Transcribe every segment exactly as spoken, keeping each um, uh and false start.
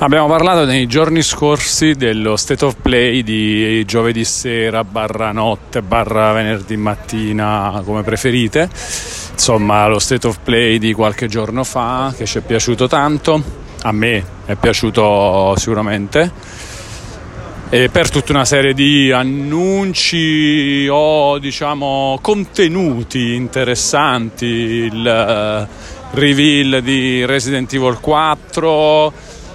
Abbiamo parlato nei giorni scorsi dello state of play di giovedì sera barra notte barra venerdì mattina, come preferite. Insomma, lo state of play di qualche giorno fa che ci è piaciuto tanto. A me è piaciuto sicuramente, e per tutta una serie di annunci o diciamo contenuti interessanti. Il reveal di Resident Evil quattro,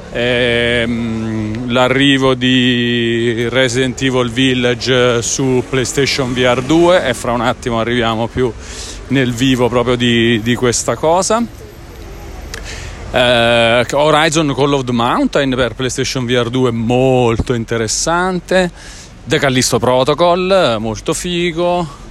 ehm, l'arrivo di Resident Evil Village su PlayStation V R due, e fra un attimo arriviamo più nel vivo proprio di, di questa cosa. eh, Horizon Call of the Mountain per PlayStation V R due, molto interessante. The Callisto Protocol, molto figo.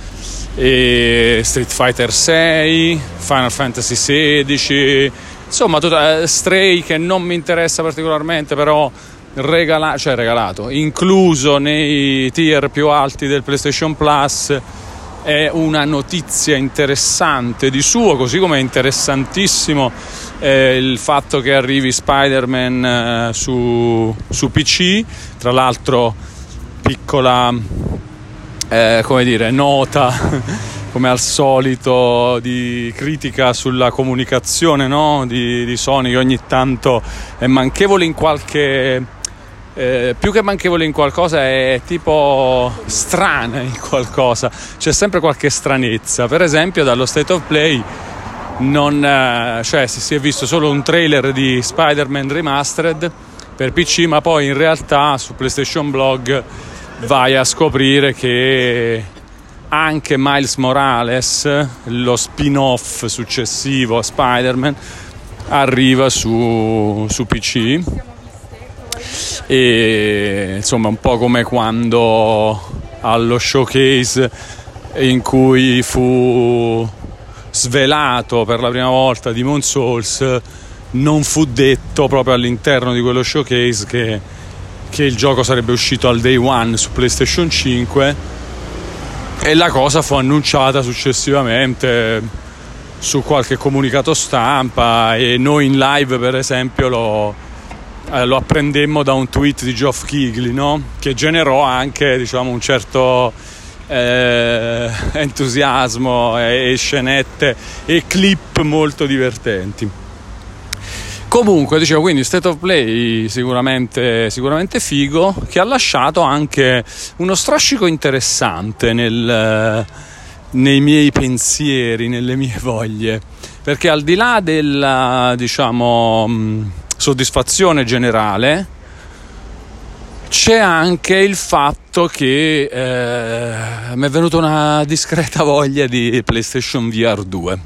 E Street Fighter sei, Final Fantasy sedici, insomma tutta, Stray, che non mi interessa particolarmente, però regala, cioè regalato, incluso nei tier più alti del PlayStation Plus, è una notizia interessante di suo, così come è interessantissimo eh, il fatto che arrivi Spider-Man eh, su, su P C. Tra l'altro, piccola Eh, come dire, nota come al solito di critica sulla comunicazione, no? di, di Sony, che ogni tanto è manchevole in qualche eh, più che manchevole in qualcosa, è tipo strana in qualcosa, c'è sempre qualche stranezza. Per esempio dallo State of Play non, eh, cioè si, si è visto solo un trailer di Spider-Man Remastered per P C, ma poi in realtà su PlayStation Blog vai a scoprire che anche Miles Morales, lo spin-off successivo a Spider-Man, arriva su, su P C. E insomma, un po' come quando allo showcase in cui fu svelato per la prima volta Demon's Souls, non fu detto proprio all'interno di quello showcase che che il gioco sarebbe uscito al day one su PlayStation cinque, e la cosa fu annunciata successivamente su qualche comunicato stampa, e noi in live per esempio lo, eh, lo apprendemmo da un tweet di Geoff Keighley, no? Che generò anche, diciamo, un certo eh, entusiasmo e, e scenette e clip molto divertenti. Comunque, dicevo, quindi State of Play sicuramente, sicuramente figo, che ha lasciato anche uno strascico interessante nel, nei miei pensieri, nelle mie voglie, perché al di là della, diciamo, soddisfazione generale, c'è anche il fatto che eh, mi è venuta una discreta voglia di PlayStation V R due.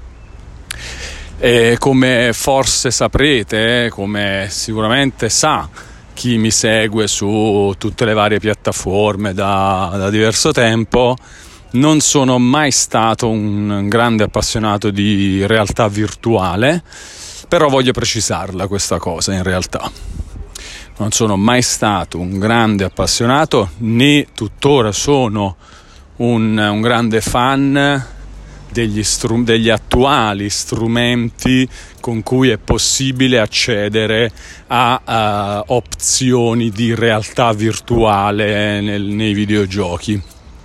E come forse saprete, come sicuramente sa chi mi segue su tutte le varie piattaforme da, da diverso tempo, non sono mai stato un grande appassionato di realtà virtuale, però voglio precisarla questa cosa. In realtà non sono mai stato un grande appassionato, né tuttora sono un, un grande fan Degli, stru- degli attuali strumenti con cui è possibile accedere a uh, opzioni di realtà virtuale nel, nei videogiochi.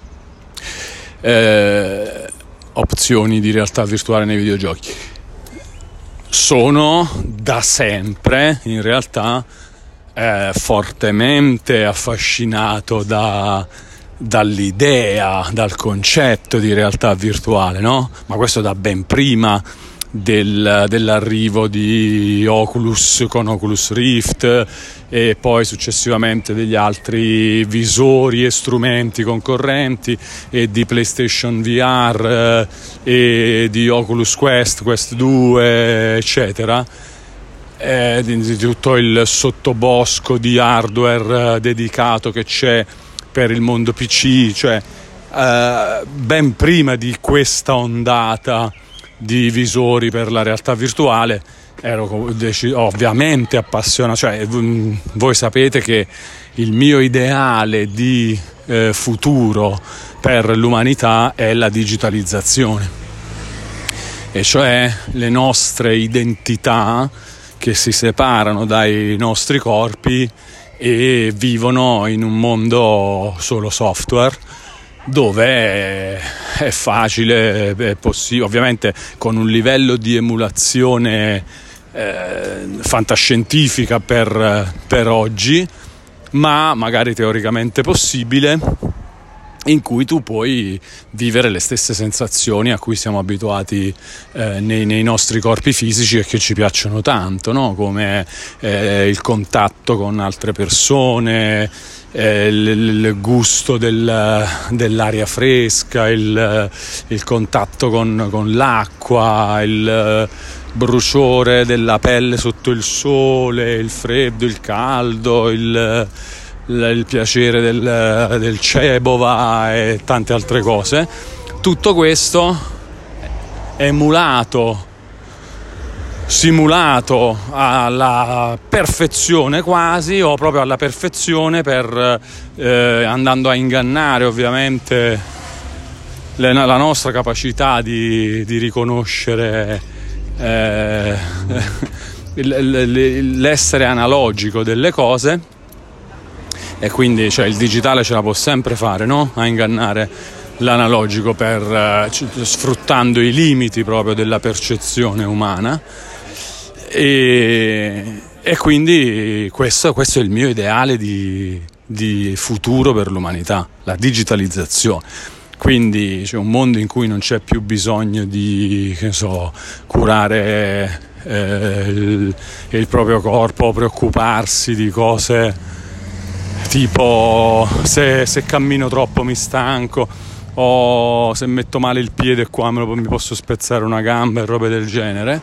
Eh, opzioni di realtà virtuale nei videogiochi. Sono da sempre, in realtà, eh, fortemente affascinato da dall'idea, dal concetto di realtà virtuale, no? Ma questo da ben prima del, dell'arrivo di Oculus con Oculus Rift, e poi successivamente degli altri visori e strumenti concorrenti, e di PlayStation V R eh, e di Oculus Quest, Quest due, eccetera. Eh, di, di tutto il sottobosco di hardware eh, dedicato che c'è per il mondo P C, cioè eh, ben prima di questa ondata di visori per la realtà virtuale ero dec- ovviamente appassionato, cioè v- voi sapete che il mio ideale di eh, futuro per l'umanità è la digitalizzazione, e cioè le nostre identità che si separano dai nostri corpi e vivono in un mondo solo software, dove è facile, è possibile, ovviamente con un livello di emulazione eh, fantascientifica per, per oggi, ma magari teoricamente possibile, in cui tu puoi vivere le stesse sensazioni a cui siamo abituati eh, nei, nei nostri corpi fisici e che ci piacciono tanto, no? Come eh, il contatto con altre persone, eh, il, il gusto del, dell'aria fresca, il, il contatto con, con l'acqua, il bruciore della pelle sotto il sole, il freddo, il caldo, il il piacere del, del cebova e tante altre cose. Tutto questo emulato, simulato alla perfezione quasi, o proprio alla perfezione, per eh, andando a ingannare ovviamente le, la nostra capacità di, di riconoscere eh, l'essere analogico delle cose. E quindi cioè, il digitale ce la può sempre fare, no? A ingannare l'analogico, per uh, sfruttando i limiti proprio della percezione umana. E, e quindi questo, questo è il mio ideale di, di futuro per l'umanità, la digitalizzazione. Quindi c'è un mondo in cui non c'è più bisogno di, che so, curare eh, il, il proprio corpo, preoccuparsi di cose tipo se, se cammino troppo mi stanco, o se metto male il piede qua me lo, mi posso spezzare una gamba e robe del genere,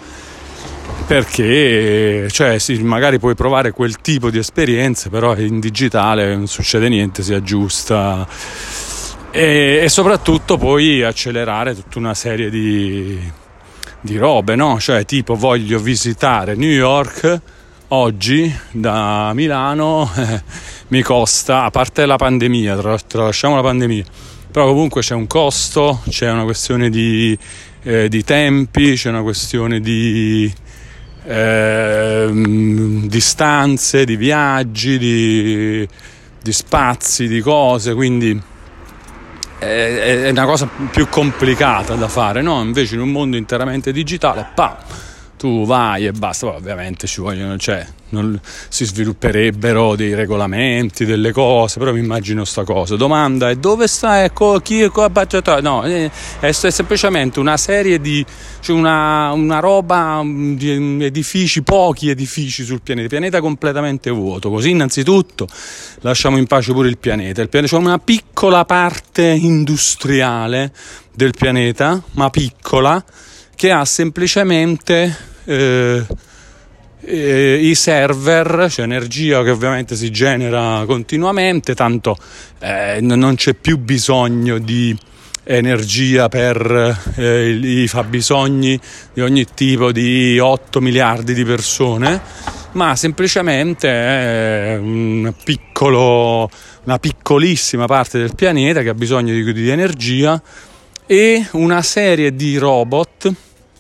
perché cioè sì, magari puoi provare quel tipo di esperienze, però in digitale non succede niente, si aggiusta, e, e soprattutto puoi accelerare tutta una serie di, di robe, no? Cioè tipo voglio visitare New York oggi da Milano, eh, mi costa, a parte la pandemia, tra, tralasciamo la pandemia, però comunque c'è un costo, c'è una questione di, eh, di tempi, c'è una questione di eh, distanze, di viaggi, di, di spazi, di cose, quindi è, è una cosa più complicata da fare, no? Invece in un mondo interamente digitale, pa, tu vai e basta. Poi ovviamente ci vogliono, cioè non, si svilupperebbero dei regolamenti, delle cose, però mi immagino sta cosa. Domanda è: dove sta, ecco, chi è qua? No, è, è semplicemente una serie di, cioè una, una roba di edifici, pochi edifici sul pianeta, pianeta completamente vuoto. Così innanzitutto lasciamo in pace pure il pianeta. Il pianeta, c'è una piccola parte industriale del pianeta, ma piccola, che ha semplicemente eh, eh, i server, cioè energia che ovviamente si genera continuamente, tanto eh, non c'è più bisogno di energia per eh, i fabbisogni di ogni tipo di otto miliardi di persone, ma semplicemente è un piccolo, una piccolissima parte del pianeta che ha bisogno di, di energia, e una serie di robot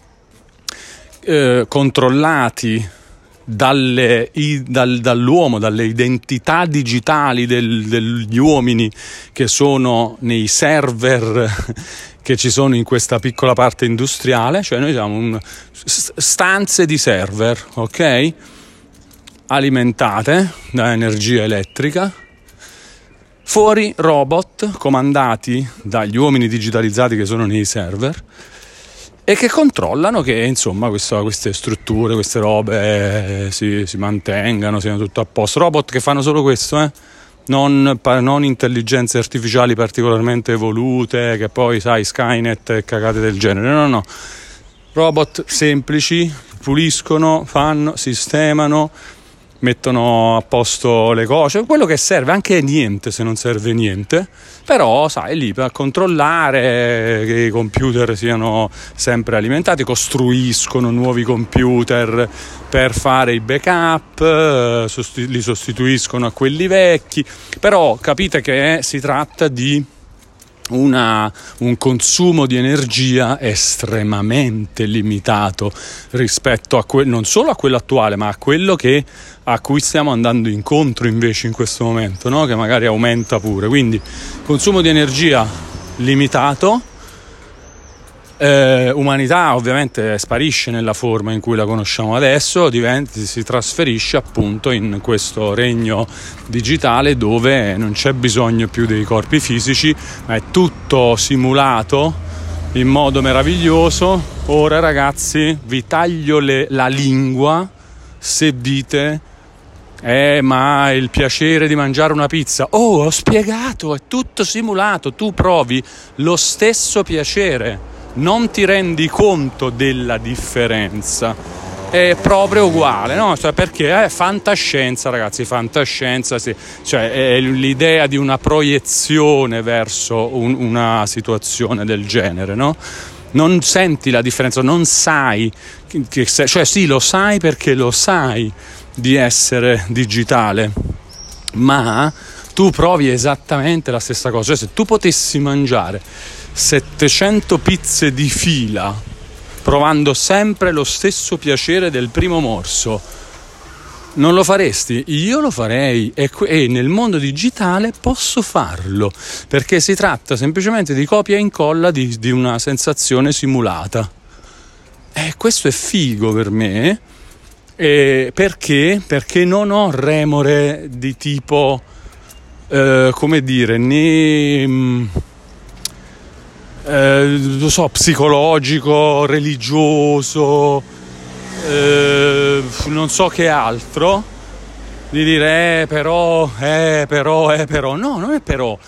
Eh, controllati dalle, i, dal, dall'uomo, dalle identità digitali del, degli uomini che sono nei server che ci sono in questa piccola parte industriale. Cioè noi siamo un, stanze di server, ok? Alimentate da energia elettrica, fuori robot comandati dagli uomini digitalizzati che sono nei server e che controllano che insomma questo, queste strutture, queste robe eh, si, si mantengano, siano tutto a posto. Robot che fanno solo questo, eh? non, non intelligenze artificiali particolarmente evolute, che poi sai Skynet e cagate del genere, no no, robot semplici, puliscono, fanno, sistemano, mettono a posto le cose, quello che serve, anche niente se non serve niente, però sai, lì per controllare che i computer siano sempre alimentati, costruiscono nuovi computer per fare i backup, sostitu- li sostituiscono a quelli vecchi, però capite che si tratta di una, un consumo di energia estremamente limitato rispetto a que- non solo a quello attuale, ma a quello che, a cui stiamo andando incontro invece in questo momento, no? Che magari aumenta pure. Quindi consumo di energia limitato. Eh, umanità ovviamente sparisce nella forma in cui la conosciamo adesso, diventa, si trasferisce appunto in questo regno digitale dove non c'è bisogno più dei corpi fisici, ma è tutto simulato in modo meraviglioso. Ora ragazzi vi taglio le, la lingua se dite eh ma il piacere di mangiare una pizza, oh ho spiegato, è tutto simulato, tu provi lo stesso piacere, non ti rendi conto della differenza, è proprio uguale, no? Cioè, perché è fantascienza, ragazzi, fantascienza, sì. Cioè è l'idea di una proiezione verso un, una situazione del genere, no? Non senti la differenza, non sai che, che se, cioè sì, lo sai perché lo sai di essere digitale, ma tu provi esattamente la stessa cosa. Cioè, se tu potessi mangiare settecento pizze di fila provando sempre lo stesso piacere del primo morso, non lo faresti? Io lo farei, e, e nel mondo digitale posso farlo, perché si tratta semplicemente di copia e incolla di, di una sensazione simulata. E questo è figo per me. E perché? Perché non ho remore di tipo eh, come dire, né Eh, lo so, psicologico, religioso, eh, non so che altro, di dire eh però, eh però, eh però, no, non è però,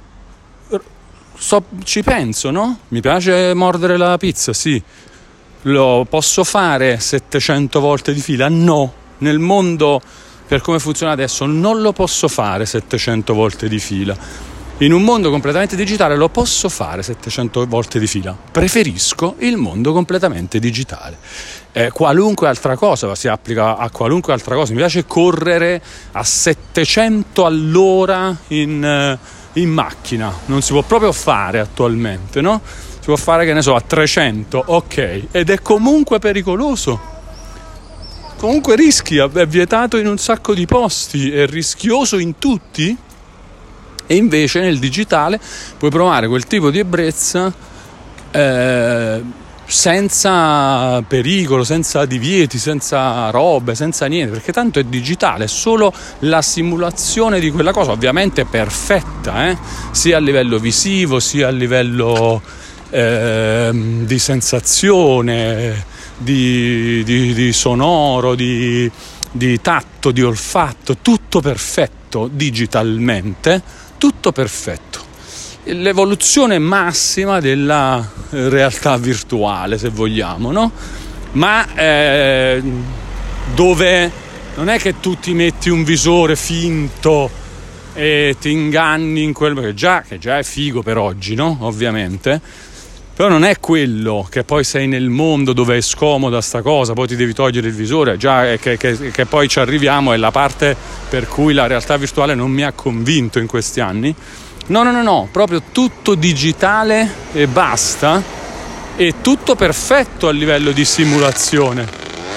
so, ci penso, no? Mi piace mordere la pizza, sì, lo posso fare settecento volte di fila? No, nel mondo per come funziona adesso non lo posso fare settecento volte di fila. In un mondo completamente digitale lo posso fare settecento volte di fila. Preferisco il mondo completamente digitale. Eh, qualunque altra cosa si applica a qualunque altra cosa. Mi piace correre a settecento all'ora in, in macchina. Non si può proprio fare attualmente, no? Si può fare, che ne so, a trecento, ok. Ed è comunque pericoloso. Comunque rischia, è vietato in un sacco di posti, è rischioso in tutti. E invece nel digitale puoi provare quel tipo di ebbrezza eh, senza pericolo, senza divieti, senza robe, senza niente, perché tanto è digitale, è solo la simulazione di quella cosa, ovviamente perfetta, eh? Sia a livello visivo, sia a livello eh, di sensazione, di, di, di sonoro, di, di tatto, di olfatto, tutto perfetto digitalmente. Tutto perfetto, l'evoluzione massima della realtà virtuale, se vogliamo, no? Ma eh, dove non è che tu ti metti un visore finto e ti inganni in quello che già, che già è figo per oggi, no? Ovviamente, però non è quello che poi sei nel mondo dove è scomoda sta cosa, poi ti devi togliere il visore, già che, che, che poi ci arriviamo, è la parte per cui la realtà virtuale non mi ha convinto in questi anni. No, no, no, no, proprio tutto digitale e basta, e tutto perfetto a livello di simulazione,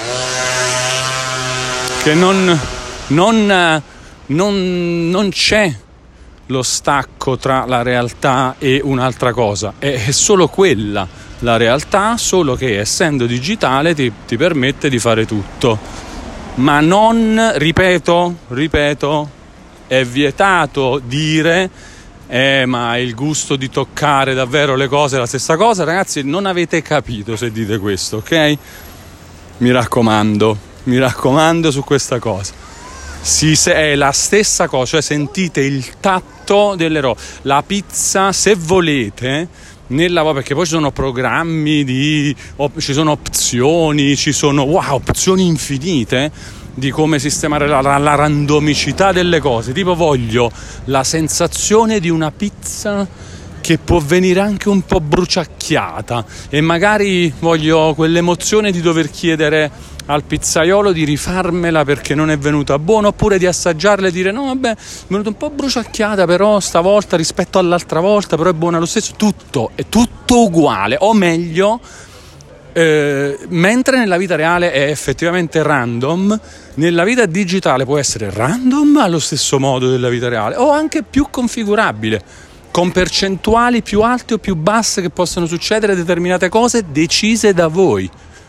che non, non, non, non c'è lo stacco tra la realtà e un'altra cosa, è solo quella la realtà, solo che essendo digitale ti, ti permette di fare tutto, ma non, ripeto, ripeto, è vietato dire eh ma il gusto di toccare davvero le cose è la stessa cosa. Ragazzi, non avete capito se dite questo, ok? Mi raccomando, mi raccomando su questa cosa. Si, è la stessa cosa, cioè sentite il tatto delle robe. La pizza, se volete, nella, perché poi ci sono programmi di, ci sono opzioni, ci sono wow, opzioni infinite di come sistemare la, la, la randomicità delle cose. Tipo, voglio la sensazione di una pizza che può venire anche un po' bruciacchiata, e magari voglio quell'emozione di dover chiedere al pizzaiolo di rifarmela perché non è venuta buona, oppure di assaggiarla e dire no vabbè, è venuta un po' bruciacchiata però stavolta rispetto all'altra volta, però è buona lo stesso. Tutto è tutto uguale, o meglio, eh, mentre nella vita reale è effettivamente random, nella vita digitale può essere random allo stesso modo della vita reale, o anche più configurabile, con percentuali più alte o più basse che possono succedere determinate cose decise da voi.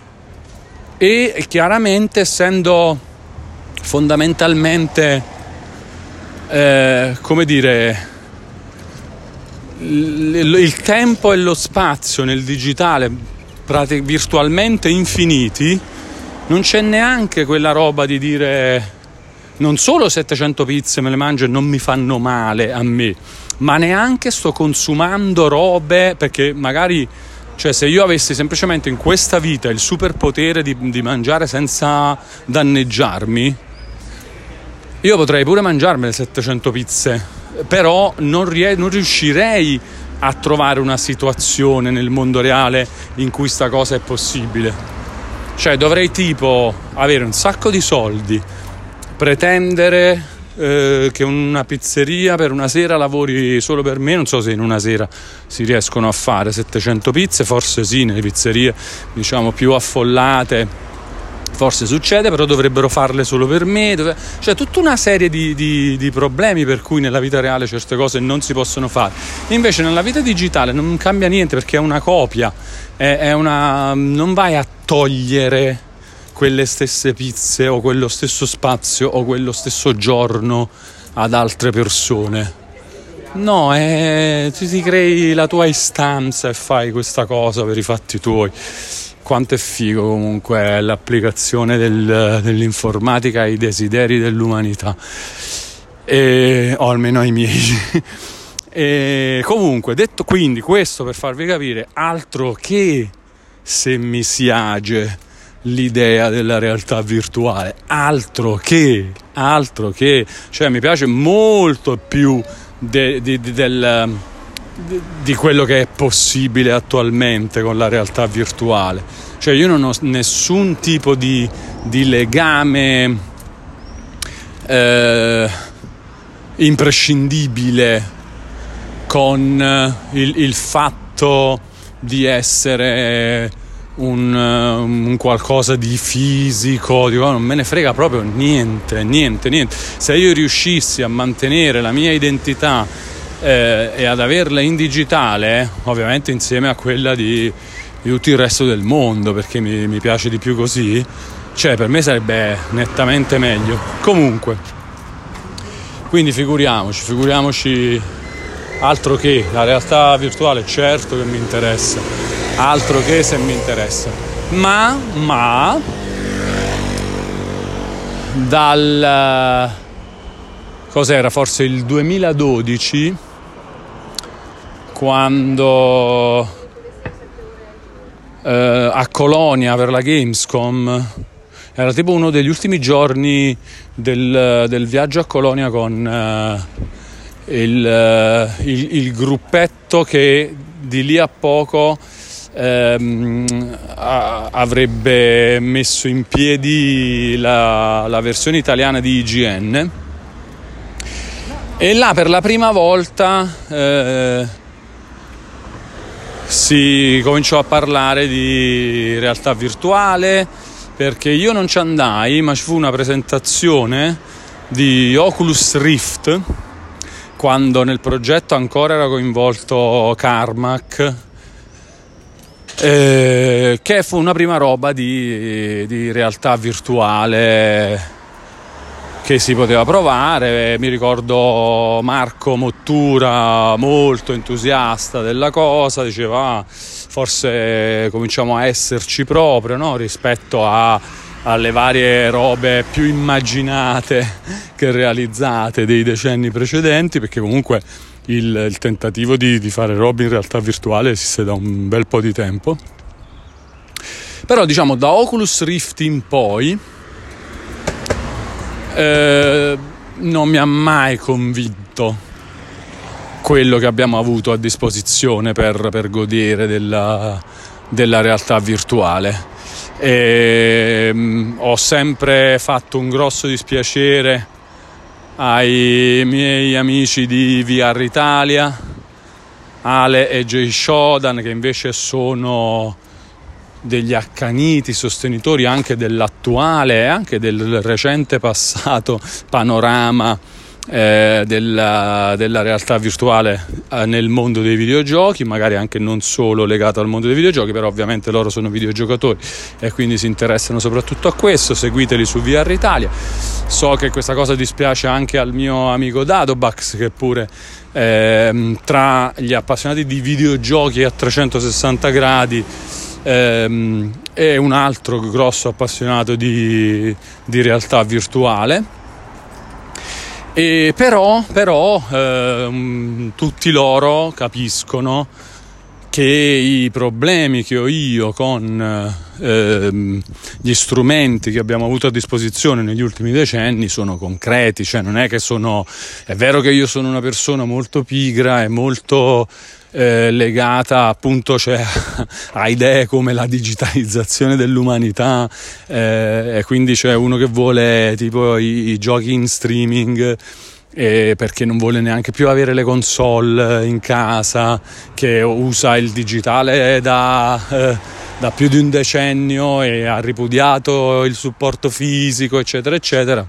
E chiaramente, essendo fondamentalmente eh, come dire, il, il tempo e lo spazio nel digitale pratic- virtualmente infiniti, non c'è neanche quella roba di dire non solo settecento pizze me le mangio e non mi fanno male a me, ma neanche sto consumando robe, perché magari, cioè, se io avessi semplicemente in questa vita il superpotere di, di mangiare senza danneggiarmi, io potrei pure mangiarmi le settecento pizze, però non, rie- non riuscirei a trovare una situazione nel mondo reale in cui sta cosa è possibile. Cioè, dovrei tipo avere un sacco di soldi, pretendere eh, che una pizzeria per una sera lavori solo per me. Non so se in una sera si riescono a fare settecento pizze, forse sì, nelle pizzerie diciamo più affollate forse succede, però dovrebbero farle solo per me. Dove... cioè tutta una serie di, di, di problemi per cui nella vita reale certe cose non si possono fare. Invece nella vita digitale non cambia niente, perché è una copia, è, è una... non vai a togliere quelle stesse pizze o quello stesso spazio o quello stesso giorno ad altre persone. No, è... ti, ti crei la tua istanza e fai questa cosa per i fatti tuoi. Quanto è figo comunque l'applicazione del, dell'informatica ai desideri dell'umanità, e, o almeno ai miei. E comunque, detto quindi questo per farvi capire, altro che semisiage l'idea della realtà virtuale, altro che, altro che, cioè mi piace molto più de, de, de, del... di quello che è possibile attualmente con la realtà virtuale. Cioè io non ho nessun tipo di, di legame eh, imprescindibile con il, il fatto di essere un, un qualcosa di fisico. Dico, non me ne frega proprio niente, niente, niente. Se io riuscissi a mantenere la mia identità Eh, e ad averla in digitale, ovviamente insieme a quella di, di tutto il resto del mondo, perché mi, mi piace di più così, cioè per me sarebbe nettamente meglio. Comunque, quindi figuriamoci, figuriamoci, altro che la realtà virtuale, certo che mi interessa, altro che se mi interessa, ma, ma dal cos'era, forse il duemiladodici, quando eh, a Colonia per la Gamescom, era tipo uno degli ultimi giorni del, del viaggio a Colonia con eh, il, eh, il, il gruppetto che di lì a poco ehm, a, avrebbe messo in piedi la, la versione italiana di I G N. E là per la prima volta eh, si cominciò a parlare di realtà virtuale, perché io non ci andai, ma ci fu una presentazione di Oculus Rift, quando nel progetto ancora era coinvolto Carmack, eh, che fu una prima roba di, di realtà virtuale che si poteva provare. Mi ricordo Marco Mottura molto entusiasta della cosa, diceva ah, forse cominciamo a esserci proprio, no? Rispetto a, alle varie robe più immaginate che realizzate dei decenni precedenti, perché comunque il, il tentativo di, di fare robe in realtà virtuale esiste da un bel po' di tempo. Però diciamo da Oculus Rift in poi Eh, non mi ha mai convinto quello che abbiamo avuto a disposizione per, per godere della, della realtà virtuale. E, um, ho sempre fatto un grosso dispiacere ai miei amici di V R Italia, Ale e Jay Shodan, che invece sono degli accaniti sostenitori anche dell'attuale e anche del recente passato panorama eh, della, della realtà virtuale eh, nel mondo dei videogiochi, magari anche non solo legato al mondo dei videogiochi, però ovviamente loro sono videogiocatori e quindi si interessano soprattutto a questo. Seguiteli su V R Italia. So che questa cosa dispiace anche al mio amico Dadobax, che pure eh, tra gli appassionati di videogiochi a trecentosessanta gradi ehm, è un altro grosso appassionato di, di realtà virtuale. E però, però ehm, tutti loro capiscono che i problemi che ho io con ehm, gli strumenti che abbiamo avuto a disposizione negli ultimi decenni sono concreti, cioè non è che sono, è vero che io sono una persona molto pigra e molto eh, legata appunto, cioè, a idee come la digitalizzazione dell'umanità eh, e quindi c'è uno che vuole tipo i, i giochi in streaming eh, perché non vuole neanche più avere le console in casa, che usa il digitale da, eh, da più di un decennio e ha ripudiato il supporto fisico, eccetera eccetera.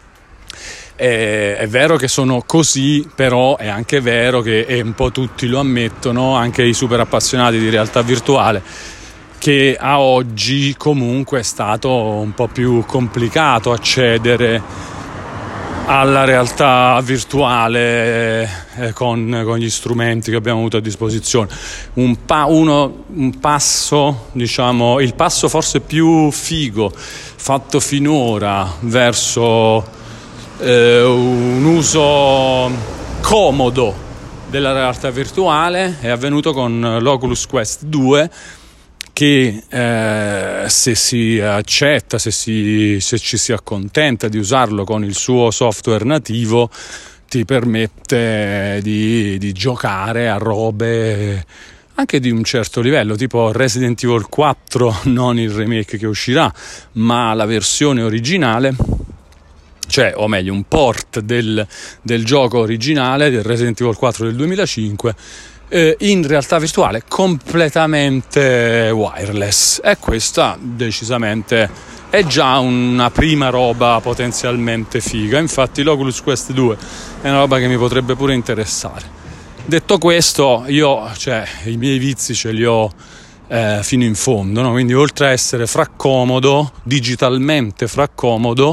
È vero che sono così, però è anche vero che, e un po' tutti lo ammettono, anche i super appassionati di realtà virtuale, che a oggi comunque è stato un po' più complicato accedere alla realtà virtuale eh, con, con gli strumenti che abbiamo avuto a disposizione. Un, pa- uno, un passo, diciamo, il passo forse più figo fatto finora verso Eh, un uso comodo della realtà virtuale è avvenuto con l'Oculus Quest due, che eh, se si accetta, se, si, se ci si accontenta di usarlo con il suo software nativo, ti permette di, di giocare a robe anche di un certo livello, tipo Resident Evil quattro, non il remake che uscirà, ma la versione originale, cioè, o meglio, un port del, del gioco originale, del Resident Evil quattro del duemilacinque, eh, in realtà virtuale completamente wireless. E questa decisamente è già una prima roba potenzialmente figa. Infatti l'Oculus Quest due è una roba che mi potrebbe pure interessare. Detto questo, io, cioè, i miei vizi ce li ho eh, fino in fondo, no? Quindi oltre a essere fraccomodo, digitalmente fraccomodo,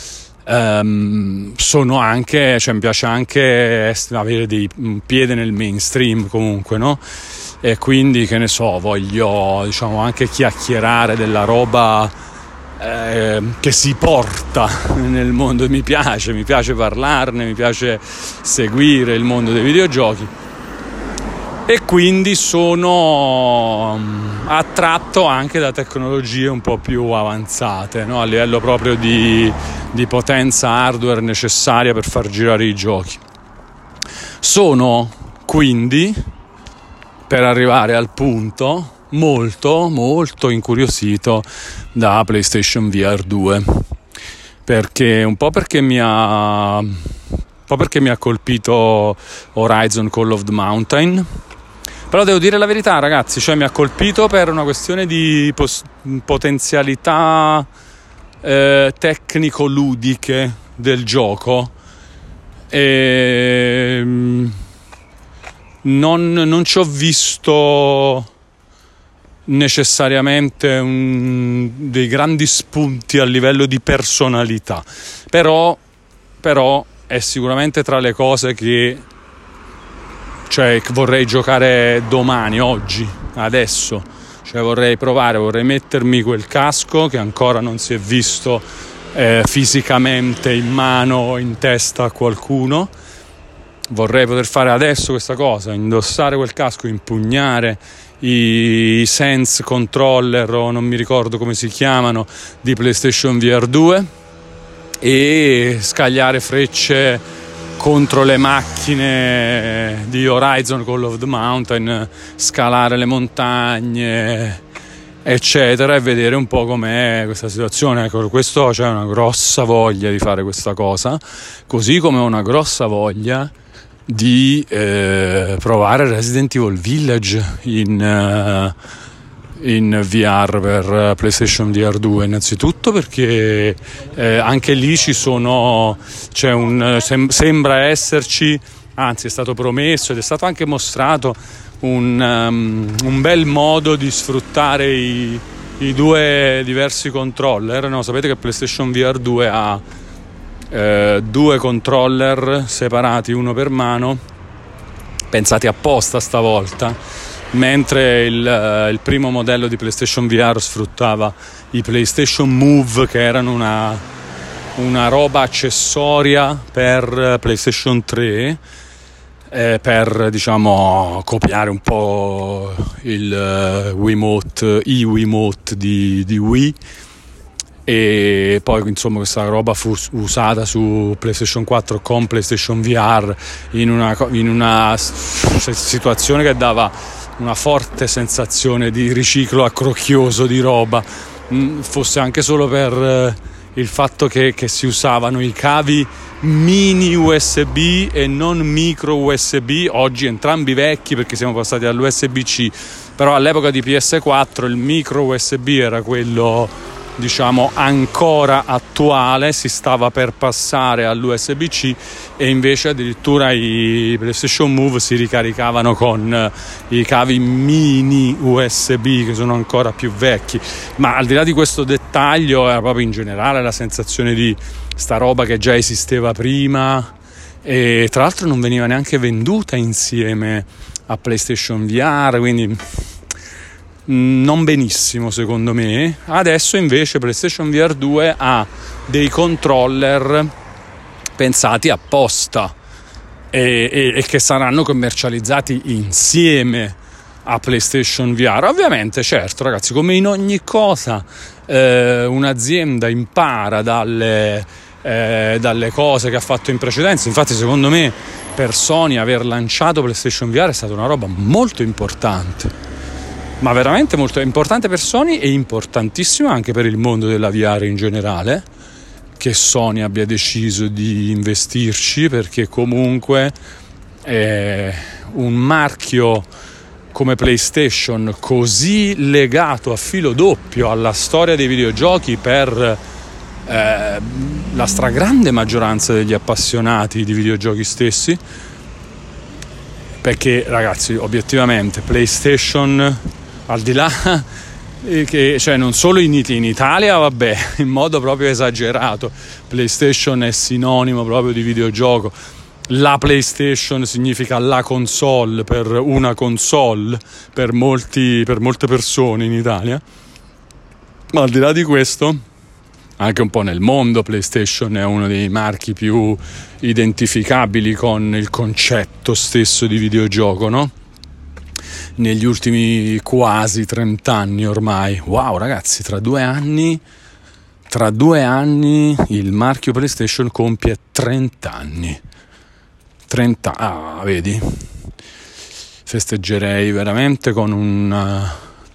Um, sono anche, cioè mi piace anche avere dei, un piede nel mainstream comunque, no? E quindi, che ne so, voglio, diciamo, anche chiacchierare della roba eh, che si porta nel mondo. Mi piace, mi piace parlarne, mi piace seguire il mondo dei videogiochi e quindi sono attratto anche da tecnologie un po' più avanzate, no? A livello proprio di, di potenza hardware necessaria per far girare i giochi. Sono quindi, per arrivare al punto, molto molto incuriosito da PlayStation V R due, perché un po' perché mi ha un po' perché mi ha colpito Horizon Call of the Mountain. Però devo dire la verità, ragazzi, cioè mi ha colpito per una questione di pos- potenzialità eh, tecnico-ludiche del gioco e non, non ci ho visto necessariamente un, dei grandi spunti a livello di personalità, però, però è sicuramente tra le cose che cioè vorrei giocare domani, oggi, adesso, cioè vorrei provare, vorrei mettermi quel casco che ancora non si è visto eh, fisicamente in mano o in testa a qualcuno. Vorrei poter fare adesso questa cosa, indossare quel casco, impugnare i Sense Controller, o non mi ricordo come si chiamano, di PlayStation V R due e scagliare frecce contro le macchine di Horizon Call of the Mountain, scalare le montagne eccetera, e vedere un po' com'è questa situazione. Ecco, questo c'è una grossa voglia di fare questa cosa, così come una grossa voglia di eh, provare Resident Evil Village in, uh, in V R per PlayStation V R due, innanzitutto perché eh, anche lì ci sono c'è un sem- sembra esserci, anzi è stato promesso ed è stato anche mostrato un, um, un bel modo di sfruttare i, i due diversi controller. No, sapete che PlayStation V R due ha eh, due controller separati, uno per mano, pensati apposta stavolta, mentre il, il primo modello di PlayStation V R sfruttava i PlayStation Move, che erano una, una roba accessoria per PlayStation tre, eh, per diciamo copiare un po' il uh, Wiimote, i Wiimote di, di Wii. E poi insomma questa roba fu usata su PlayStation quattro con PlayStation V R in una, in una situazione che dava una forte sensazione di riciclo accrocchioso di roba, fosse anche solo per il fatto che, che si usavano i cavi mini U S B e non micro U S B, oggi entrambi vecchi perché siamo passati all'U S B C, però all'epoca di P S quattro il micro U S B era quello diciamo ancora attuale, si stava per passare all'U S B C, e invece addirittura i PlayStation Move si ricaricavano con i cavi mini U S B che sono ancora più vecchi. Ma al di là di questo dettaglio era proprio in generale la sensazione di sta roba che già esisteva prima, e tra l'altro non veniva neanche venduta insieme a PlayStation V R, quindi non benissimo secondo me. Adesso invece PlayStation V R due ha dei controller pensati apposta e, e, e che saranno commercializzati insieme a PlayStation V R. Ovviamente, certo ragazzi, come in ogni cosa eh, un'azienda impara dalle, eh, dalle cose che ha fatto in precedenza. Infatti secondo me per Sony aver lanciato PlayStation V R è stata una roba molto importante, ma veramente molto importante per Sony e importantissimo anche per il mondo della V R in generale, che Sony abbia deciso di investirci, perché comunque è un marchio come PlayStation così legato a filo doppio alla storia dei videogiochi per eh, la stragrande maggioranza degli appassionati di videogiochi stessi, perché ragazzi obiettivamente PlayStation, al di là che cioè non solo in, in Italia, vabbè, in modo proprio esagerato PlayStation è sinonimo proprio di videogioco. La PlayStation significa la console per una console per molti, per molte persone in Italia. Ma al di là di questo, anche un po' nel mondo PlayStation è uno dei marchi più identificabili con il concetto stesso di videogioco, no? Negli ultimi quasi trent'anni ormai. Wow ragazzi, tra due anni tra due anni il marchio PlayStation compie trenta anni. trenta ah, vedi? Festeggerei veramente con una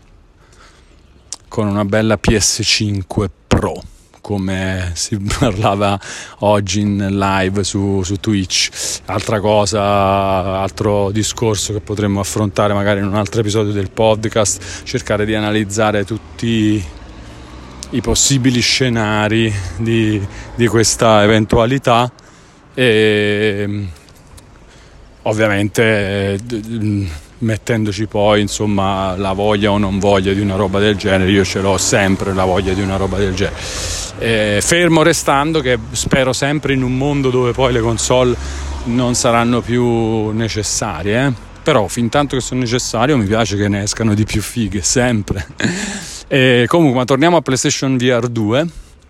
con una bella P S cinque Pro, come si parlava oggi in live su, su Twitch. Altra cosa, altro discorso che potremmo affrontare magari in un altro episodio del podcast, cercare di analizzare tutti i possibili scenari di, di questa eventualità, e ovviamente mettendoci poi insomma la voglia o non voglia di una roba del genere. Io ce l'ho sempre la voglia di una roba del genere, eh, fermo restando che spero sempre in un mondo dove poi le console non saranno più necessarie, eh? Però fin tanto che sono necessarie mi piace che ne escano di più fighe sempre. E comunque, ma torniamo a PlayStation V R due.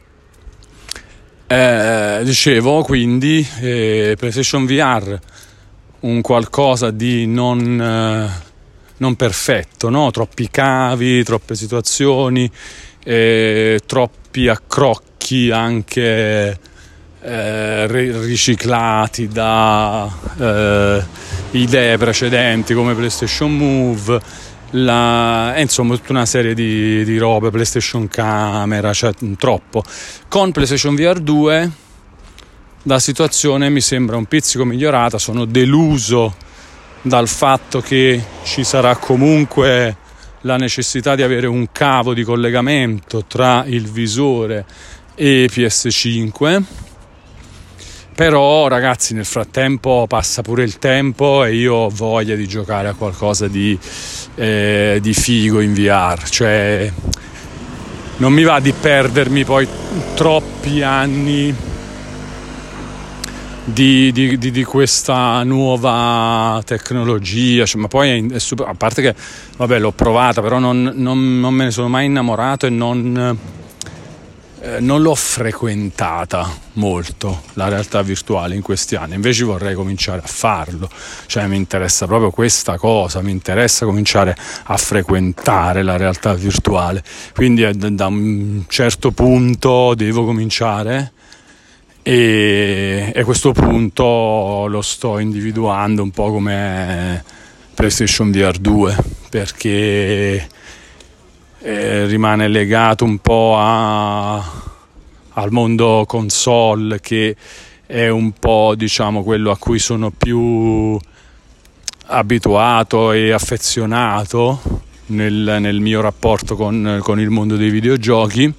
Eh, dicevo quindi eh, PlayStation V R un qualcosa di non, eh, non perfetto, no? Troppi cavi, troppe situazioni, eh, troppi accrocchi anche eh, riciclati da eh, idee precedenti come PlayStation Move, la, eh, insomma tutta una serie di, di robe, PlayStation Camera, cioè troppo. Con PlayStation V R due la situazione mi sembra un pizzico migliorata. Sono deluso dal fatto che ci sarà comunque la necessità di avere un cavo di collegamento tra il visore e P S cinque, però ragazzi nel frattempo passa pure il tempo e io ho voglia di giocare a qualcosa di, eh, di figo in V R, cioè non mi va di perdermi poi troppi anni Di, di, di, di questa nuova tecnologia, cioè, ma poi è, è super, a parte che vabbè l'ho provata, però non, non, non me ne sono mai innamorato e non, eh, non l'ho frequentata molto la realtà virtuale in questi anni. Invece vorrei cominciare a farlo, cioè mi interessa proprio questa cosa, mi interessa cominciare a frequentare la realtà virtuale, quindi eh, da un certo punto devo cominciare. E a questo punto lo sto individuando un po' come PlayStation V R due, perché eh, rimane legato un po' a, al mondo console, che è un po', diciamo, quello a cui sono più abituato e affezionato nel, nel mio rapporto con, con il mondo dei videogiochi.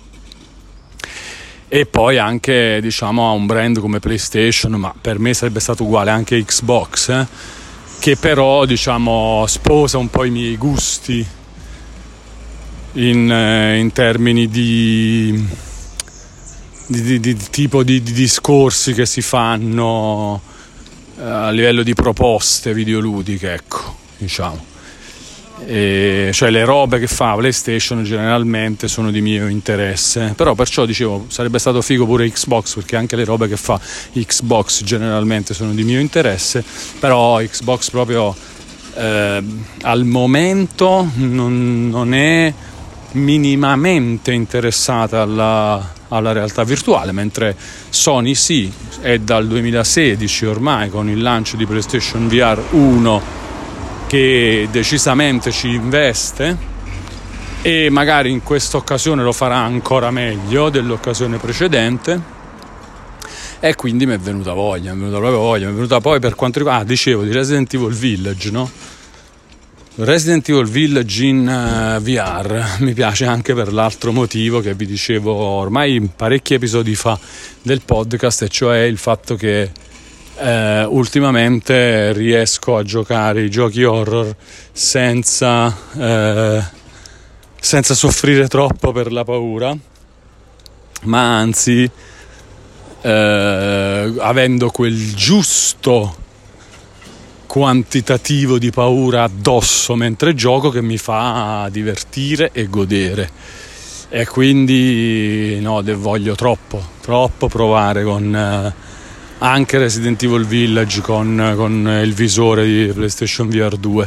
E poi anche, diciamo, a un brand come PlayStation, ma per me sarebbe stato uguale anche Xbox, eh, che però, diciamo, sposa un po' i miei gusti in, eh, in termini di, di, di, di tipo di, di discorsi che si fanno eh, a livello di proposte videoludiche, ecco, diciamo. E cioè le robe che fa PlayStation generalmente sono di mio interesse, però perciò dicevo sarebbe stato figo pure Xbox, perché anche le robe che fa Xbox generalmente sono di mio interesse, però Xbox proprio eh, al momento non, non è minimamente interessata alla, alla realtà virtuale, mentre Sony sì, è dal duemilasedici ormai con il lancio di PlayStation V R uno che decisamente ci investe, e magari in questa occasione lo farà ancora meglio dell'occasione precedente, e quindi mi è venuta voglia, mi è venuta proprio voglia, mi è venuta poi per quanto riguarda, ah, dicevo di Resident Evil Village, no? Resident Evil Village in uh, V R mi piace anche per l'altro motivo che vi dicevo ormai parecchi episodi fa del podcast, e cioè il fatto che Eh, ultimamente riesco a giocare i giochi horror senza eh, senza soffrire troppo per la paura, ma anzi eh, avendo quel giusto quantitativo di paura addosso mentre gioco che mi fa divertire e godere, e quindi no, voglio troppo troppo provare con eh, anche Resident Evil Village con, con il visore di PlayStation V R due,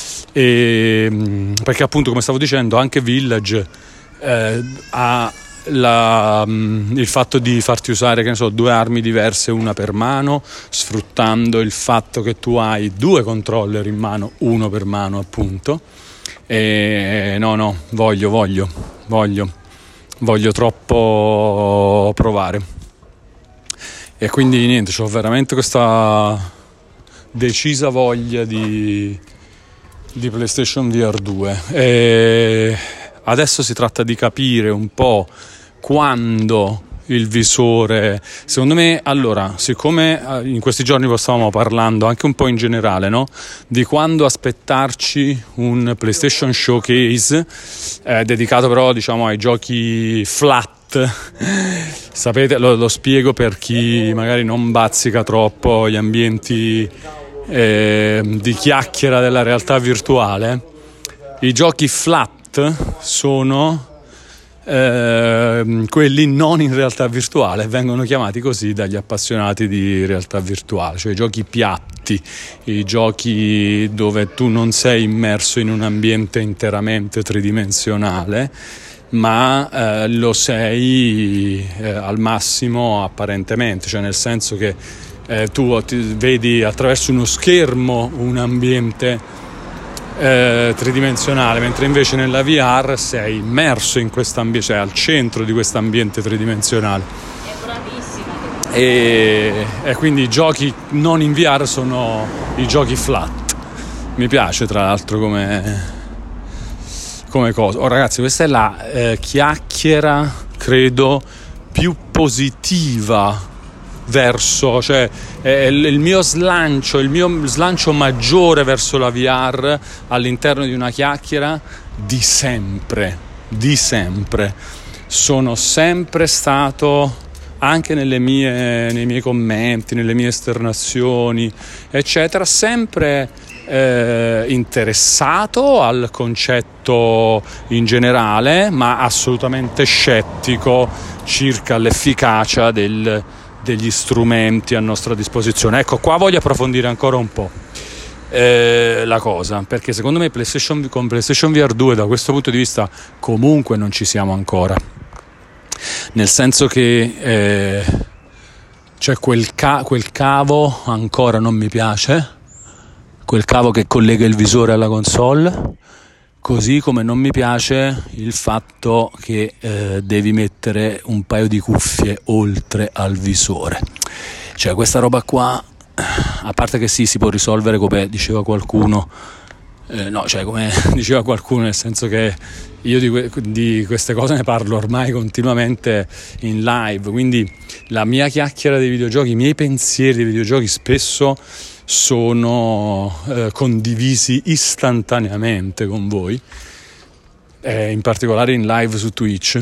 e, perché appunto, come stavo dicendo, anche Village eh, ha la, il fatto di farti usare, che ne so, due armi diverse, una per mano, sfruttando il fatto che tu hai due controller in mano, uno per mano appunto, e no no voglio voglio voglio voglio troppo provare. E quindi niente, ho veramente questa decisa voglia di, di PlayStation V R due, e adesso si tratta di capire un po' quando il visore, secondo me, allora, siccome in questi giorni stavamo parlando anche un po' in generale, no? Di quando aspettarci un PlayStation Showcase eh, dedicato però, diciamo, ai giochi flat. Sapete, lo, lo spiego per chi magari non bazzica troppo gli ambienti eh, di chiacchiera della realtà virtuale. I giochi flat sono eh, quelli non in realtà virtuale, vengono chiamati così dagli appassionati di realtà virtuale, cioè i giochi piatti, i giochi dove tu non sei immerso in un ambiente interamente tridimensionale, ma eh, lo sei eh, al massimo apparentemente, cioè nel senso che eh, tu ti vedi attraverso uno schermo un ambiente eh, tridimensionale, mentre invece nella V R sei immerso in quest'ambiente, cioè al centro di questo ambiente tridimensionale. È bravissima. E, e quindi i giochi non in V R sono i giochi flat. Mi piace tra l'altro come come cosa. Oh ragazzi, questa è la eh, chiacchiera credo più positiva verso, cioè è il, il mio slancio, il mio slancio maggiore verso la V R all'interno di una chiacchiera di sempre, di sempre. Sono sempre stato, anche nelle mie, nei miei commenti, nelle mie esternazioni, eccetera, sempre eh, interessato al concetto in generale, ma assolutamente scettico circa l'efficacia del, degli strumenti a nostra disposizione. Ecco, qua voglio approfondire ancora un po' eh, la cosa, perché secondo me PlayStation, con PlayStation V R due da questo punto di vista comunque non ci siamo ancora. Nel senso che eh, c'è quel, ca- quel cavo ancora non mi piace, quel cavo che collega il visore alla console, così come non mi piace il fatto che eh, devi mettere un paio di cuffie oltre al visore. Cioè questa roba qua, a parte che sì, si può risolvere come diceva qualcuno, Eh, no, cioè come diceva qualcuno, nel senso che io di, que- di queste cose ne parlo ormai continuamente in live, quindi la mia chiacchiera dei videogiochi, i miei pensieri dei videogiochi spesso sono eh, condivisi istantaneamente con voi, eh, in particolare in live su Twitch,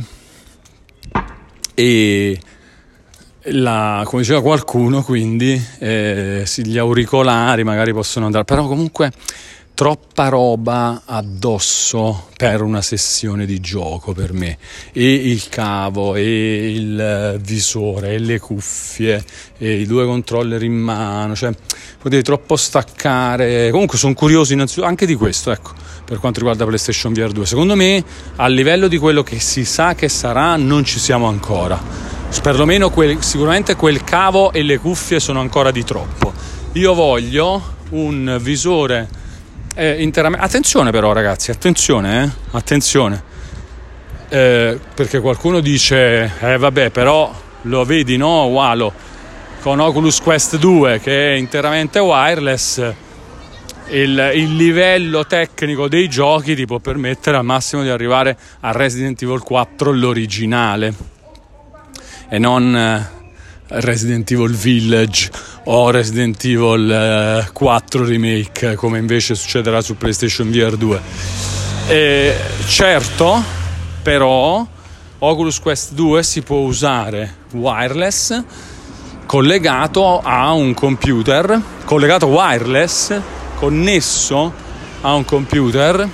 e la, come diceva qualcuno, quindi eh, sì, gli auricolari magari possono andare, però comunque troppa roba addosso per una sessione di gioco per me, e il cavo e il visore e le cuffie e i due controller in mano, cioè potevi troppo staccare. Comunque sono curioso innanzitutto anche di questo, ecco, per quanto riguarda PlayStation V R due. Secondo me a livello di quello che si sa che sarà non ci siamo ancora, perlomeno quel, sicuramente quel cavo e le cuffie sono ancora di troppo. Io voglio un visore Eh, interamente. Attenzione però ragazzi, attenzione, eh? attenzione, eh, perché qualcuno dice, eh vabbè però lo vedi no Walo, con Oculus Quest due che è interamente wireless, il, il livello tecnico dei giochi ti può permettere al massimo di arrivare a Resident Evil quattro l'originale e non eh, Resident Evil Village o Resident Evil quattro Remake, come invece succederà su PlayStation V R due. E certo, però Oculus Quest due si può usare wireless, collegato a un computer, collegato wireless, connesso a un computer,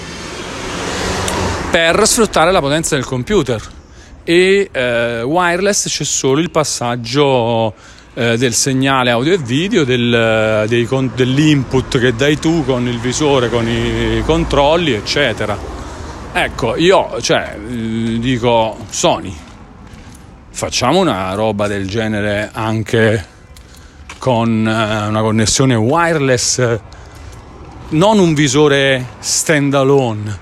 per sfruttare la potenza del computer. E eh, wireless c'è solo il passaggio eh, del segnale audio e video, del, dei, con, dell'input che dai tu con il visore, con i controlli eccetera. Ecco, io cioè dico Sony, facciamo una roba del genere anche con eh, una connessione wireless, non un visore stand alone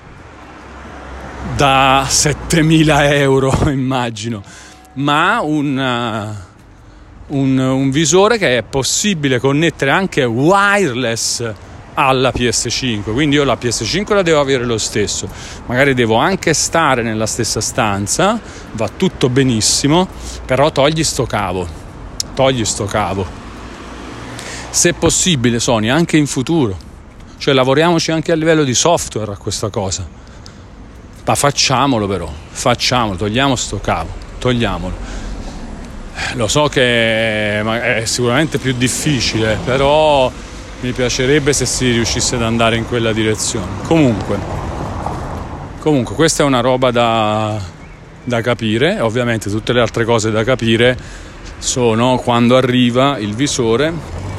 da settemila euro immagino, ma un, uh, un, un visore che è possibile connettere anche wireless alla P S cinque. Quindi io la P S cinque la devo avere lo stesso, magari devo anche stare nella stessa stanza, va tutto benissimo, però togli sto cavo togli sto cavo se possibile Sony, anche in futuro, cioè lavoriamoci anche a livello di software a questa cosa. Ma facciamolo però, facciamolo, togliamo sto cavo, togliamolo. Lo so che è sicuramente più difficile, però mi piacerebbe se si riuscisse ad andare in quella direzione. Comunque, comunque questa è una roba da, da capire. Ovviamente tutte le altre cose da capire sono quando arriva il visore,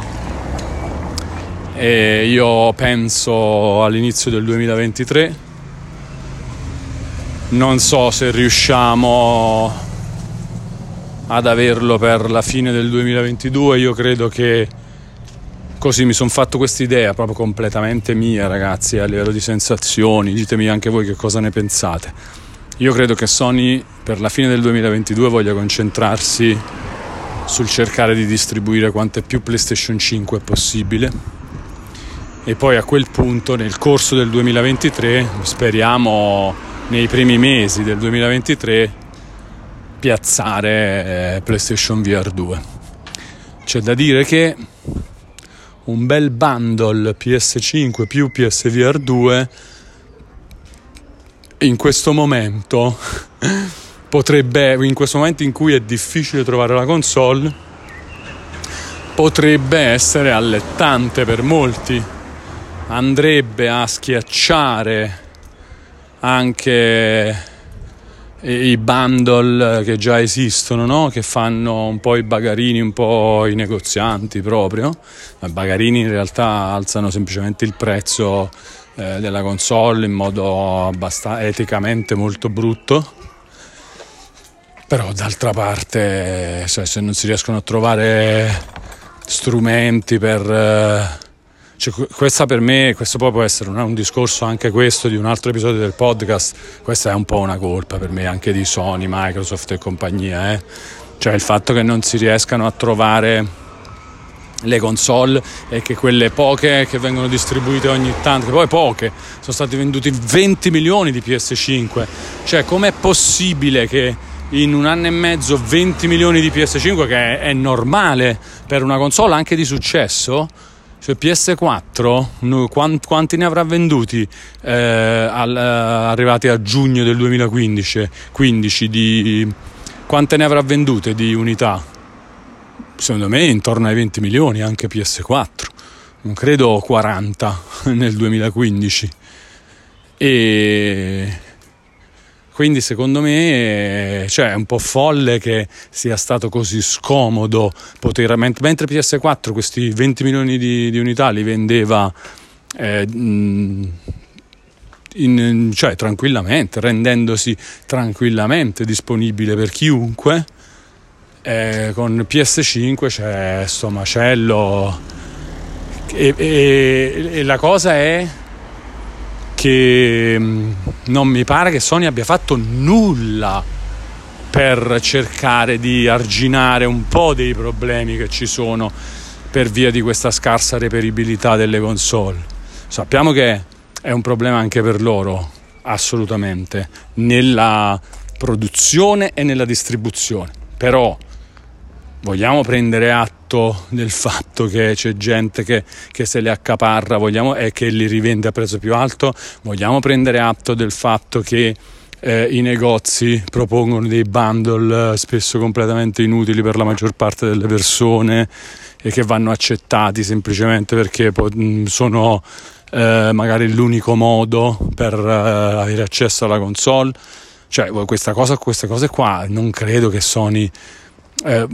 e io penso all'inizio del duemilaventitré. non so se riusciamo ad averlo per la fine del duemilaventidue. Io credo che, così mi sono fatto questa idea proprio completamente mia, ragazzi, a livello di sensazioni, ditemi anche voi che cosa ne pensate. Io credo che Sony per la fine del duemilaventidue voglia concentrarsi sul cercare di distribuire quante più PlayStation cinque possibile, e poi a quel punto nel corso del duemilaventitré, speriamo nei primi mesi del duemilaventitré, piazzare eh, PlayStation V R due. C'è da dire che un bel bundle P S cinque più P S V R due in questo momento potrebbe, in questo momento in cui è difficile trovare la console, potrebbe essere allettante per molti. Andrebbe a schiacciare anche i bundle che già esistono, no? Che fanno un po' i bagarini, un po' i negozianti proprio. I bagarini in realtà alzano semplicemente il prezzo eh, della console in modo abbastanza eticamente molto brutto, però d'altra parte, cioè, se non si riescono a trovare strumenti per eh, Cioè, questa per me, questo poi può essere un, un discorso anche questo di un altro episodio del podcast. Questa è un po' una colpa per me anche di Sony, Microsoft e compagnia, eh? Cioè il fatto che non si riescano a trovare le console e che quelle poche che vengono distribuite ogni tanto, che poi poche, sono stati venduti venti milioni di P S cinque. Cioè, com'è possibile che in un anno e mezzo venti milioni di P S cinque, che è, è normale per una console anche di successo? Cioè P S quattro, quanti ne avrà venduti eh, al, arrivati a giugno del duemilaquindici? quindici di, quante ne avrà vendute di unità? Secondo me intorno ai venti milioni anche P S quattro, non credo quaranta nel duemilaquindici. E quindi secondo me, cioè, è un po' folle che sia stato così scomodo poter, mentre P S quattro questi venti milioni di, di unità li vendeva eh, in, cioè tranquillamente, rendendosi tranquillamente disponibile per chiunque. Eh, con P S cinque c'è sto macello e, e, e la cosa è che non mi pare che Sony abbia fatto nulla per cercare di arginare un po' dei problemi che ci sono per via di questa scarsa reperibilità delle console. Sappiamo che è un problema anche per loro, assolutamente, nella produzione e nella distribuzione, però vogliamo prendere atto del fatto che c'è gente che, che se le accaparra, vogliamo, e che li rivende a prezzo più alto. Vogliamo prendere atto del fatto che eh, i negozi propongono dei bundle spesso completamente inutili per la maggior parte delle persone e che vanno accettati semplicemente perché sono eh, magari l'unico modo per eh, avere accesso alla console. Cioè questa cosa, queste cose qua non credo che Sony Eh,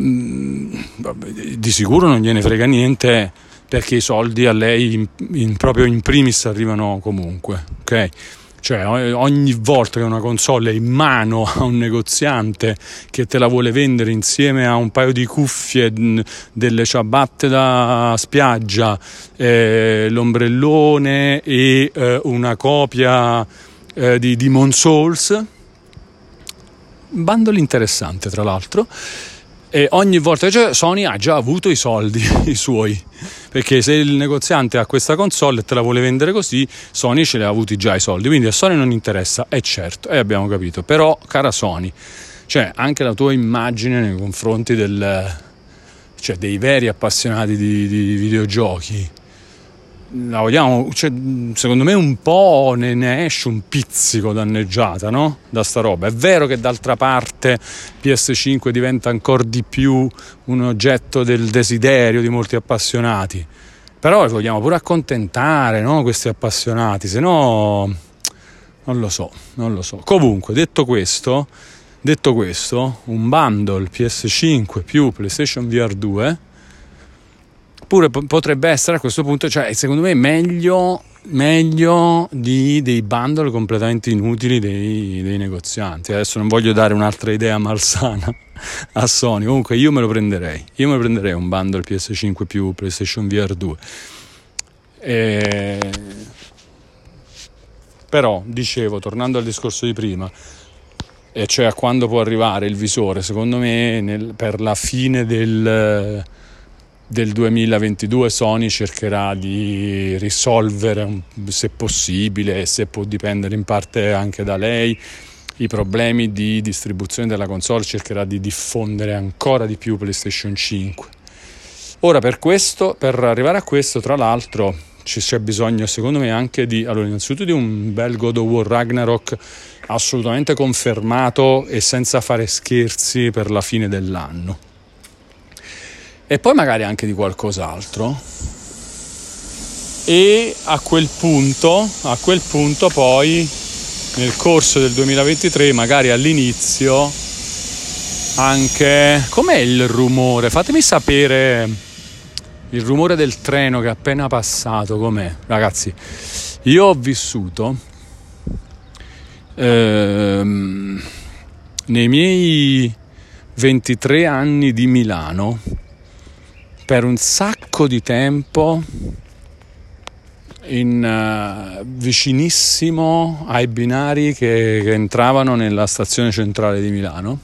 di sicuro non gliene frega niente, perché i soldi a lei in, in, proprio in primis arrivano comunque, ok? Cioè ogni volta che una console è in mano a un negoziante che te la vuole vendere insieme a un paio di cuffie, delle ciabatte da spiaggia, eh, l'ombrellone e eh, una copia eh, di Demon's Souls, bundle interessante tra l'altro. E ogni volta, cioè, Sony ha già avuto i soldi i suoi, perché se il negoziante ha questa console e te la vuole vendere così, Sony ce li ha avuti già i soldi, quindi a Sony non interessa, è certo, e eh, abbiamo capito. Però cara Sony, cioè anche la tua immagine nei confronti del, cioè dei veri appassionati di, di videogiochi, la vogliamo, cioè, secondo me un po' ne, ne esce un pizzico danneggiata, no? Da sta roba. È vero che d'altra parte P S cinque diventa ancora di più un oggetto del desiderio di molti appassionati, però li vogliamo pure accontentare, no? Questi appassionati, se no non lo so, non lo so. Comunque, detto questo, detto questo, un bundle P S cinque più PlayStation V R due Oppure p- potrebbe essere a questo punto, cioè secondo me meglio, meglio di dei bundle completamente inutili dei, dei negozianti. Adesso non voglio dare un'altra idea malsana a Sony, comunque io me lo prenderei, io me lo prenderei un bundle P S cinque più PlayStation V R due. E... però dicevo, tornando al discorso di prima, e cioè a quando può arrivare il visore, secondo me nel, per la fine del, del duemilaventidue Sony cercherà di risolvere, se possibile e se può dipendere in parte anche da lei, i problemi di distribuzione della console, cercherà di diffondere ancora di più PlayStation cinque. Ora per questo, per arrivare a questo, tra l'altro ci c'è bisogno secondo me anche di, allora innanzitutto di un bel God of War Ragnarok assolutamente confermato e senza fare scherzi per la fine dell'anno, e poi magari anche di qualcos'altro, e a quel punto a quel punto poi nel corso del duemilaventitré, magari all'inizio, anche... com'è il rumore? Fatemi sapere il rumore del treno che è appena passato, com'è? Ragazzi, io ho vissuto ehm, nei miei ventitré anni di Milano per un sacco di tempo in uh, vicinissimo ai binari che, che entravano nella stazione centrale di Milano,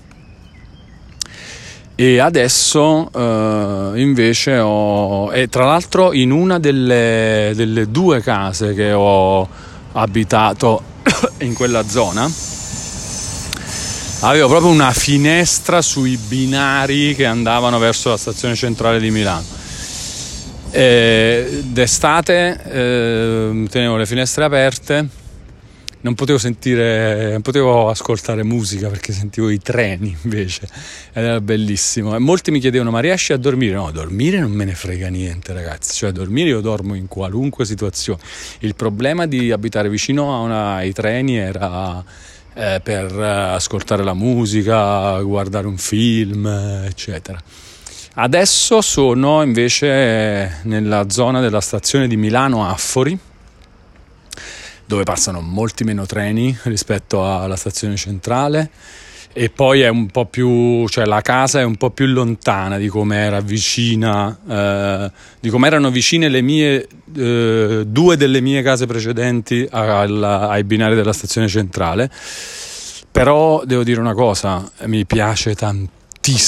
e adesso uh, invece ho, e tra l'altro in una delle, delle due case che ho abitato in quella zona avevo proprio una finestra sui binari che andavano verso la stazione centrale di Milano. Eh, d'estate eh, tenevo le finestre aperte, non potevo sentire, non potevo ascoltare musica perché sentivo i treni invece, ed era bellissimo. E molti mi chiedevano: ma riesci a dormire? No, dormire non me ne frega niente, ragazzi, cioè dormire io dormo in qualunque situazione. Il problema di abitare vicino a una, ai treni era eh, per ascoltare la musica, guardare un film, eccetera. Adesso sono invece nella zona della stazione di Milano Affori, dove passano molti meno treni rispetto alla stazione centrale, e poi è un po' più, cioè la casa è un po' più lontana di come era vicina, eh, di come erano vicine le mie eh, due delle mie case precedenti alla, ai binari della stazione centrale. Però devo dire una cosa, mi piace tantissimo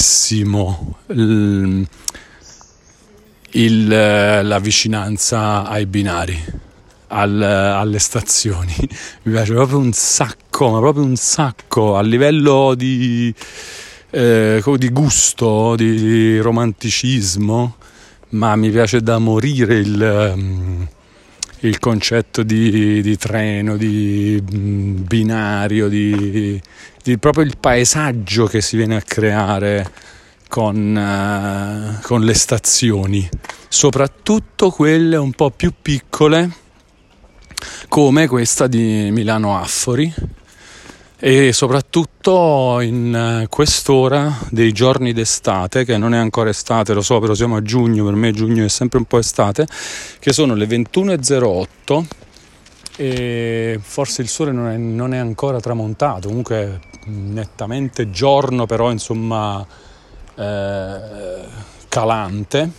il, il, la vicinanza ai binari, al, alle stazioni. Mi piace proprio un sacco, ma proprio un sacco, a livello di, eh, di gusto, di, di romanticismo, ma mi piace da morire il, il concetto di, di treno, di binario, di, di proprio il paesaggio che si viene a creare con, uh, con le stazioni, soprattutto quelle un po' più piccole come questa di Milano Affori, e soprattutto in quest'ora dei giorni d'estate, che non è ancora estate, lo so, però siamo a giugno, per me giugno è sempre un po' estate, che sono le ventuno e zero otto e forse il sole non è, non è ancora tramontato, comunque è nettamente giorno, però insomma eh, calante,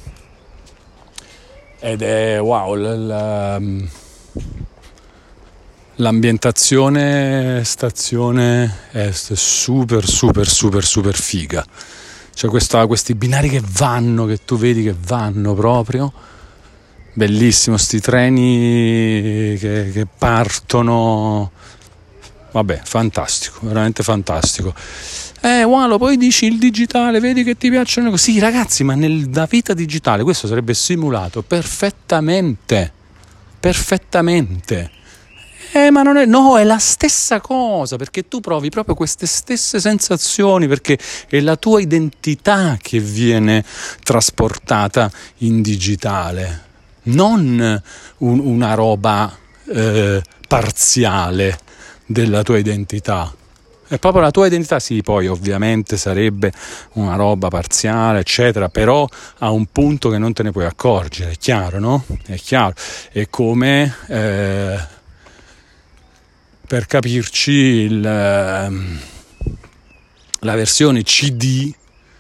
ed è wow, l- l- l'ambientazione stazione è super super super super figa. C'è questa, questi binari che vanno, che tu vedi che vanno proprio, bellissimo, sti treni che, che partono, vabbè, fantastico, veramente fantastico. Eh, Walo, poi dici il digitale, vedi che ti piacciono così. Sì, ragazzi, ma nella vita digitale questo sarebbe simulato perfettamente, perfettamente. Eh, ma non è, no, è la stessa cosa, perché tu provi proprio queste stesse sensazioni, perché è la tua identità che viene trasportata in digitale, non un, una roba eh, parziale della tua identità. è proprio la tua identità. Sì, poi ovviamente sarebbe una roba parziale, eccetera, però a un punto che non te ne puoi accorgere, è chiaro, no? È chiaro. È come, eh, per capirci, il, eh, la versione C D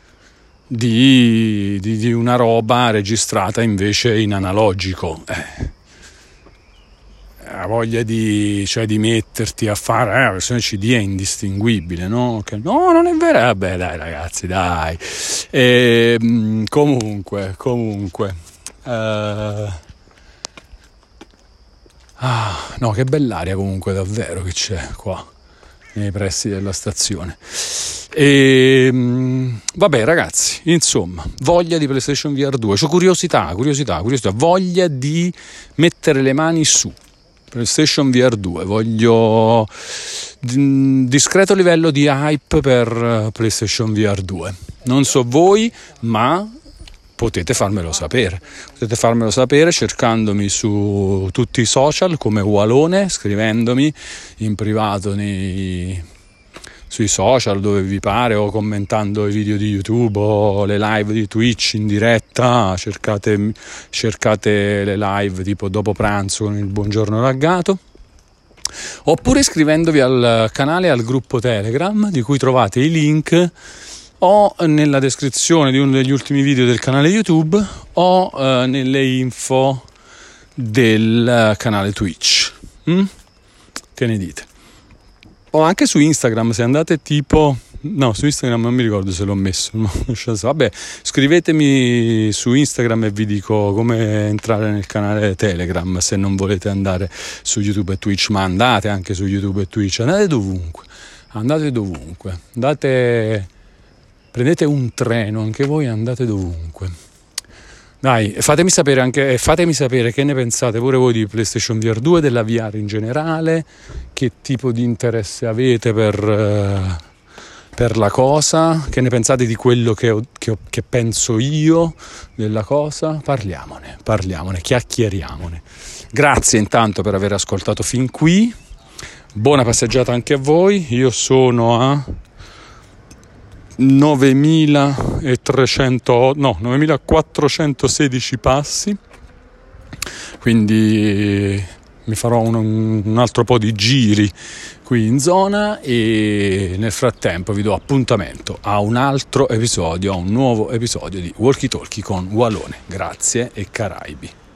di, di, di una roba registrata invece in analogico. Eh. La voglia di, cioè, di metterti a fare eh, la versione C D è indistinguibile, no? Che, no, non è vero. Vabbè, dai ragazzi, dai. E, comunque, comunque. Uh, ah, no, che bell'aria comunque davvero che c'è qua nei pressi della stazione. E vabbè ragazzi, insomma, voglia di PlayStation V R due, c'ho curiosità, curiosità, curiosità, voglia di mettere le mani su PlayStation V R due, voglio discreto livello di hype per PlayStation V R due. Non so voi, ma potete farmelo sapere. Potete farmelo sapere cercandomi su tutti i social come Walone, scrivendomi in privato nei, sui social dove vi pare, o commentando i video di YouTube o le live di Twitch in diretta. Cercate, cercate le live tipo dopo pranzo con il buongiorno raggato, oppure iscrivendovi al canale, al gruppo Telegram, di cui trovate i link o nella descrizione di uno degli ultimi video del canale YouTube o eh, nelle info del canale Twitch. mm? Che ne dite? O anche su Instagram, se andate tipo no, su Instagram non mi ricordo se l'ho messo, no? Vabbè, scrivetemi su Instagram e vi dico come entrare nel canale Telegram, se non volete andare su YouTube e Twitch. Ma andate anche su YouTube e Twitch, andate dovunque, andate dovunque, andate, prendete un treno anche voi, andate dovunque. Dai, fatemi sapere anche fatemi sapere che ne pensate pure voi di PlayStation V R due, della V R in generale, che tipo di interesse avete per, per la cosa, che ne pensate di quello che, ho, che, ho, che penso io della cosa. Parliamone, parliamone, chiacchieriamone. Grazie intanto per aver ascoltato fin qui, buona passeggiata anche a voi. Io sono a novemilatrecento no novemilaquattrocentosedici passi, quindi mi farò un, un altro po' di giri qui in zona, e nel frattempo vi do appuntamento a un altro episodio, a un nuovo episodio di Walkie Talkie con Walone. Grazie e Caraibi.